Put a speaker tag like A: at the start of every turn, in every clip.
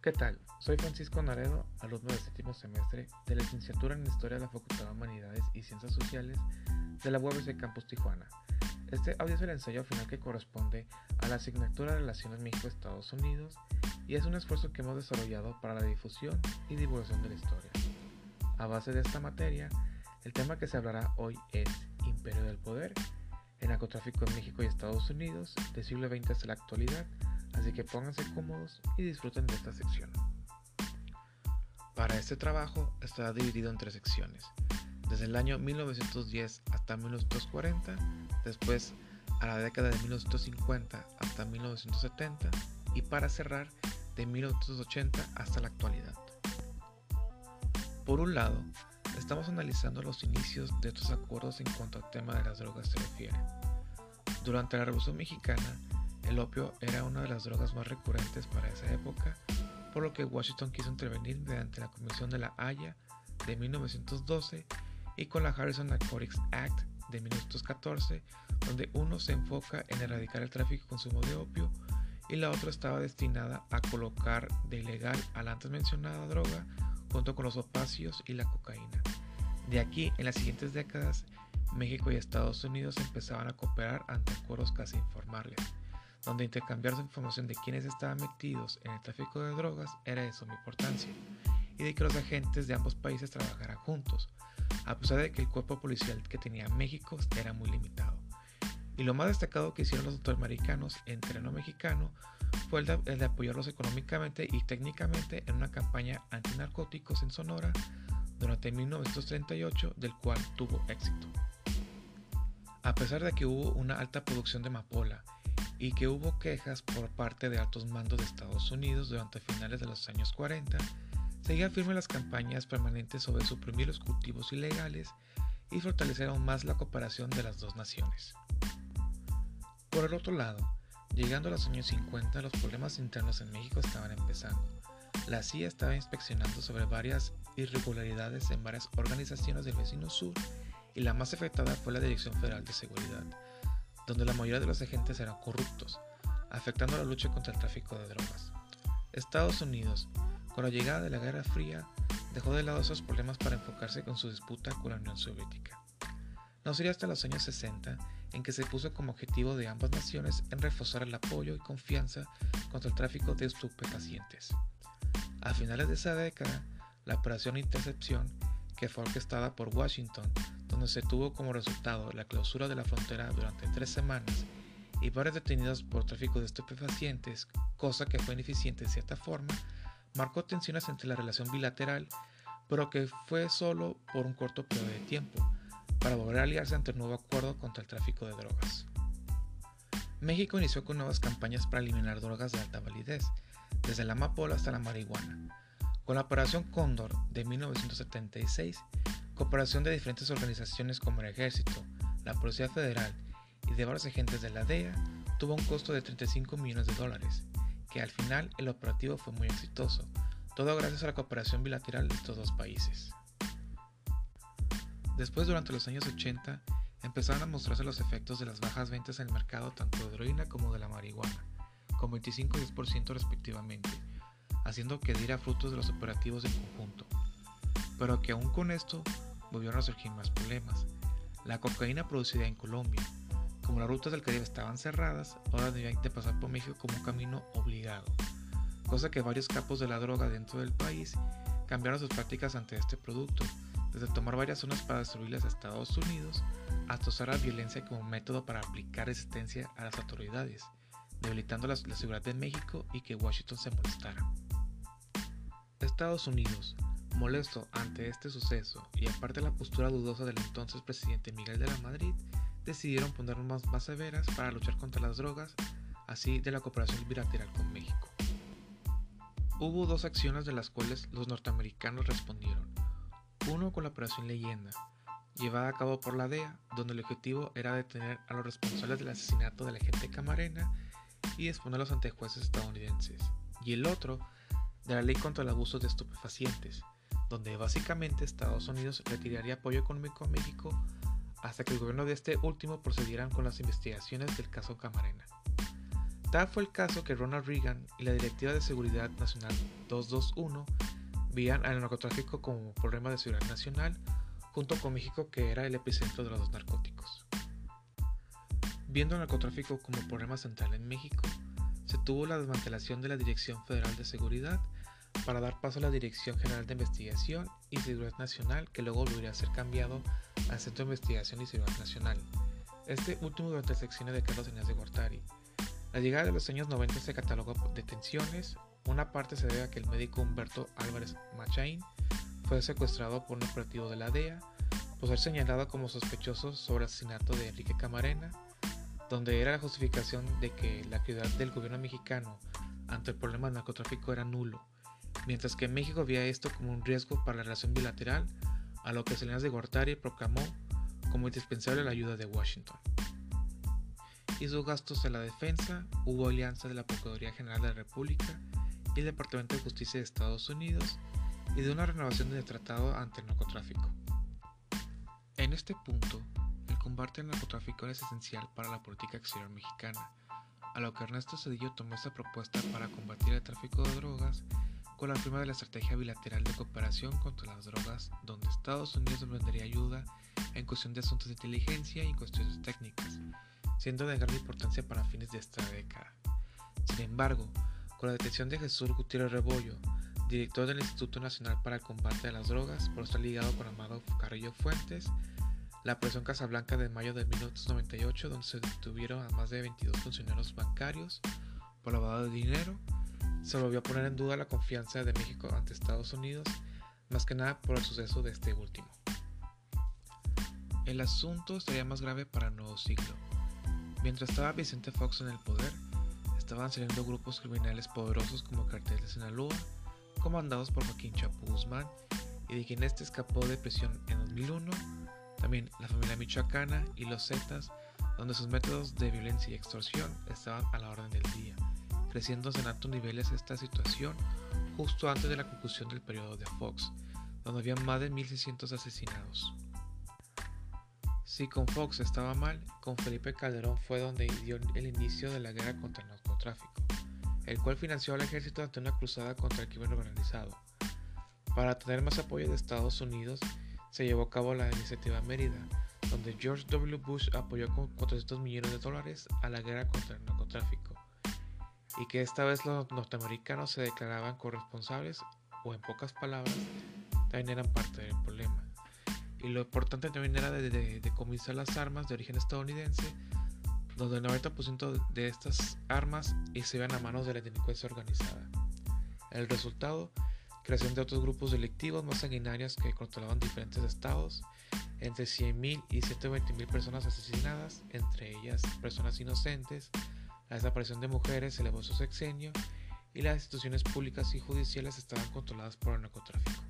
A: ¿Qué tal? Soy Francisco Naredo, alumno del séptimo semestre de la licenciatura en Historia de la Facultad de Humanidades y Ciencias Sociales de la UABC Campus Tijuana. Este audio es el ensayo final que corresponde a la asignatura Relaciones México-Estados Unidos y es un esfuerzo que hemos desarrollado para la difusión y divulgación de la historia. A base de esta materia, el tema que se hablará hoy es Imperio del Poder, el narcotráfico en México y Estados Unidos, del siglo XX hasta la actualidad, así que pónganse cómodos y disfruten de esta sección. Para este trabajo estará dividido en tres secciones, desde el año 1910 hasta 1940, después a la década de 1950 hasta 1970 y para cerrar de 1980 hasta la actualidad. Por un lado, estamos analizando los inicios de estos acuerdos en cuanto al tema de las drogas se refiere. Durante la Revolución Mexicana, el opio era una de las drogas más recurrentes para esa época, por lo que Washington quiso intervenir mediante la Convención de la Haya de 1912 y con la Harrison Narcotics Act de 1914, donde uno se enfoca en erradicar el tráfico y consumo de opio y la otra estaba destinada a colocar de ilegal a la antes mencionada droga junto con los opiáceos y la cocaína. De aquí, en las siguientes décadas, México y Estados Unidos empezaban a cooperar ante acuerdos casi informales, donde intercambiar su información de quienes estaban metidos en el tráfico de drogas era de suma importancia, y de que los agentes de ambos países trabajaran juntos, a pesar de que el cuerpo policial que tenía México era muy limitado. Y lo más destacado que hicieron los norteamericanos en terreno mexicano fue el de apoyarlos económicamente y técnicamente en una campaña antinarcóticos en Sonora durante 1938, del cual tuvo éxito. A pesar de que hubo una alta producción de amapola y que hubo quejas por parte de altos mandos de Estados Unidos durante finales de los años 40, seguían firmes las campañas permanentes sobre suprimir los cultivos ilegales y fortalecer aún más la cooperación de las dos naciones. Por el otro lado, llegando a los años 50, los problemas internos en México estaban empezando. La CIA estaba inspeccionando sobre varias irregularidades en varias organizaciones del vecino sur y la más afectada fue la Dirección Federal de Seguridad, donde la mayoría de los agentes eran corruptos, afectando la lucha contra el tráfico de drogas. Estados Unidos, con la llegada de la Guerra Fría, dejó de lado esos problemas para enfocarse con su disputa con la Unión Soviética. No sería hasta los años 60 en que se puso como objetivo de ambas naciones en reforzar el apoyo y confianza contra el tráfico de estupefacientes. A finales de esa década, la Operación Intercepción, que fue orquestada por Washington, donde se tuvo como resultado la clausura de la frontera durante 3 semanas y varios detenidos por tráfico de estupefacientes, cosa que fue ineficiente en cierta forma, marcó tensiones entre la relación bilateral, pero que fue solo por un corto periodo de tiempo, para volver a aliarse ante un nuevo acuerdo contra el tráfico de drogas. México inició con nuevas campañas para eliminar drogas de alta validez, desde la amapola hasta la marihuana. Con la Operación Cóndor de 1976, cooperación de diferentes organizaciones como el Ejército, la Policía Federal y de varios agentes de la DEA, tuvo un costo de $35 millones, que al final el operativo fue muy exitoso, todo gracias a la cooperación bilateral de estos dos países. Después, durante los años 80, empezaron a mostrarse los efectos de las bajas ventas en el mercado tanto de heroína como de la marihuana, con 25 y 10% respectivamente, haciendo que diera frutos de los operativos en conjunto. Pero que aún con esto, volvieron a surgir más problemas. La cocaína producida en Colombia, como las rutas del Caribe estaban cerradas, ahora debían de pasar por México como un camino obligado, cosa que varios capos de la droga dentro del país cambiaron sus prácticas ante este producto, desde tomar varias zonas para destruirlas a Estados Unidos hasta usar la violencia como método para aplicar resistencia a las autoridades, debilitando la seguridad de México y que Washington se molestara. Estados Unidos, molesto ante este suceso y aparte de la postura dudosa del entonces presidente Miguel de la Madrid, decidieron poner normas más severas para luchar contra las drogas, así de la cooperación bilateral con México. Hubo dos acciones de las cuales los norteamericanos respondieron. Uno con la Operación Leyenda, llevada a cabo por la DEA, donde el objetivo era detener a los responsables del asesinato del agente Camarena y exponerlos ante jueces estadounidenses. Y el otro, de la Ley contra el Abuso de Estupefacientes, donde básicamente Estados Unidos retiraría apoyo económico a México hasta que el gobierno de este último procediera con las investigaciones del caso Camarena. Tal fue el caso que Ronald Reagan y la Directiva de Seguridad Nacional 221 veían al narcotráfico como problema de seguridad nacional, junto con México, que era el epicentro de los dos narcóticos. Viendo el narcotráfico como problema central en México, se tuvo la desmantelación de la Dirección Federal de Seguridad para dar paso a la Dirección General de Investigación y Seguridad Nacional, que luego volvería a ser cambiado al Centro de Investigación y Seguridad Nacional, este último durante el sexenio de Carlos Salinas de Gortari. La llegada de los años 90 se catalogó de detenciones. Una parte se debe a que el médico Humberto Álvarez Machain fue secuestrado por un operativo de la DEA por ser señalado como sospechoso sobre el asesinato de Enrique Camarena, donde era la justificación de que la actividad del gobierno mexicano ante el problema del narcotráfico era nulo, mientras que México veía esto como un riesgo para la relación bilateral, a lo que Salinas de Gortari proclamó como indispensable la ayuda de Washington. Hizo gastos en la defensa, hubo alianza de la Procuraduría General de la República y el Departamento de Justicia de Estados Unidos y de una renovación del tratado ante el narcotráfico. En este punto, el combate al narcotráfico es esencial para la política exterior mexicana, a lo que Ernesto Zedillo tomó esta propuesta para combatir el tráfico de drogas con la firma de la Estrategia Bilateral de Cooperación contra las Drogas, donde Estados Unidos brindaría ayuda en cuestión de asuntos de inteligencia y en cuestiones técnicas, siendo de gran importancia para fines de esta década. Sin embargo, con la detención de Jesús Gutiérrez Rebollo, director del Instituto Nacional para el Combate a las Drogas, por estar ligado con Amado Carrillo Fuentes, la Operación Casablanca de mayo de 1998, donde se detuvieron a más de 22 funcionarios bancarios por lavado de dinero, se volvió a poner en duda la confianza de México ante Estados Unidos, más que nada por el suceso de este último. El asunto estaría más grave para el nuevo siglo. Mientras estaba Vicente Fox en el poder, estaban saliendo grupos criminales poderosos como Cartel de Sinaloa, comandados por Joaquín Chapo Guzmán, y de quien este escapó de prisión en 2001, también la familia michoacana y los Zetas, donde sus métodos de violencia y extorsión estaban a la orden del día, creciendo en altos niveles esta situación justo antes de la conclusión del periodo de Fox, donde había más de 1.600 asesinados. Si con Fox estaba mal, con Felipe Calderón fue donde dio el inicio de la guerra contra el narcotráfico, el cual financió al ejército ante una cruzada contra el crimen organizado. Para tener más apoyo de Estados Unidos, se llevó a cabo la Iniciativa Mérida, donde George W. Bush apoyó con $400 millones a la guerra contra el narcotráfico, y que esta vez los norteamericanos se declaraban corresponsables, o en pocas palabras, también eran parte del problema. Y lo importante también era de decomisar las armas de origen estadounidense, donde el 90% de estas armas se iban a manos de la delincuencia organizada. El resultado, creación de otros grupos delictivos más sanguinarios que controlaban diferentes estados, entre 100.000 y 120.000 personas asesinadas, entre ellas personas inocentes, la desaparición de mujeres elevó su sexenio y las instituciones públicas y judiciales estaban controladas por el narcotráfico.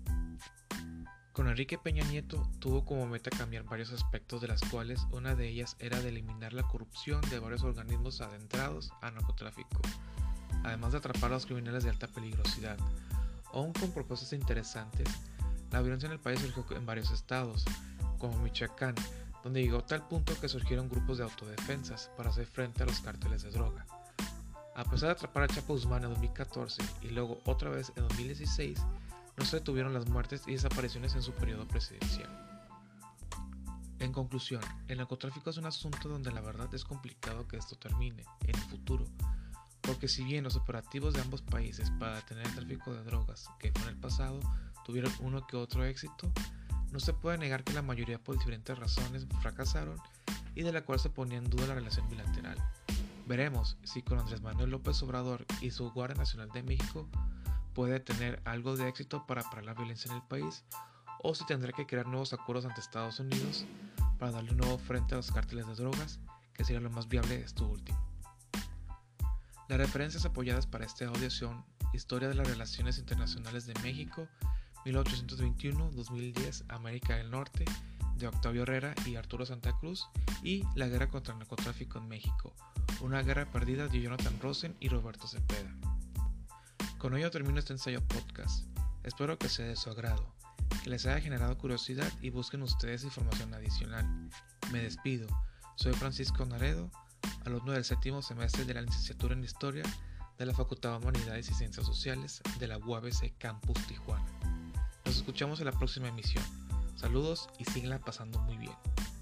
A: Con Enrique Peña Nieto tuvo como meta cambiar varios aspectos, de las cuales una de ellas era de eliminar la corrupción de varios organismos adentrados al narcotráfico, además de atrapar a los criminales de alta peligrosidad. Aún con propuestas interesantes, la violencia en el país surgió en varios estados, como Michoacán, donde llegó a tal punto que surgieron grupos de autodefensas para hacer frente a los cárteles de droga. A pesar de atrapar a Chapo Guzmán en 2014 y luego otra vez en 2016, no se detuvieron las muertes y desapariciones en su periodo presidencial. En conclusión, el narcotráfico es un asunto donde la verdad es complicado que esto termine en el futuro, porque si bien los operativos de ambos países para detener el tráfico de drogas, que fue en el pasado, tuvieron uno que otro éxito, no se puede negar que la mayoría por diferentes razones fracasaron y de la cual se ponía en duda la relación bilateral. Veremos si con Andrés Manuel López Obrador y su Guardia Nacional de México puede tener algo de éxito para parar la violencia en el país, o si tendrá que crear nuevos acuerdos ante Estados Unidos para darle un nuevo frente a los cárteles de drogas, que sería lo más viable esto último. Las referencias apoyadas para este audio son Historia de las Relaciones Internacionales de México, 1821-2010, América del Norte, de Octavio Herrera y Arturo Santa Cruz, y La Guerra contra el Narcotráfico en México, una guerra perdida, de Jonathan Rosen y Roberto Cepeda. Con ello termino este ensayo podcast. Espero que sea de su agrado, que les haya generado curiosidad y busquen ustedes información adicional. Me despido. Soy Francisco Naredo. alumno del séptimo semestre de la licenciatura en Historia de la Facultad de Humanidades y Ciencias Sociales de la UABC Campus Tijuana. Nos escuchamos en la próxima emisión. Saludos y síganla pasando muy bien.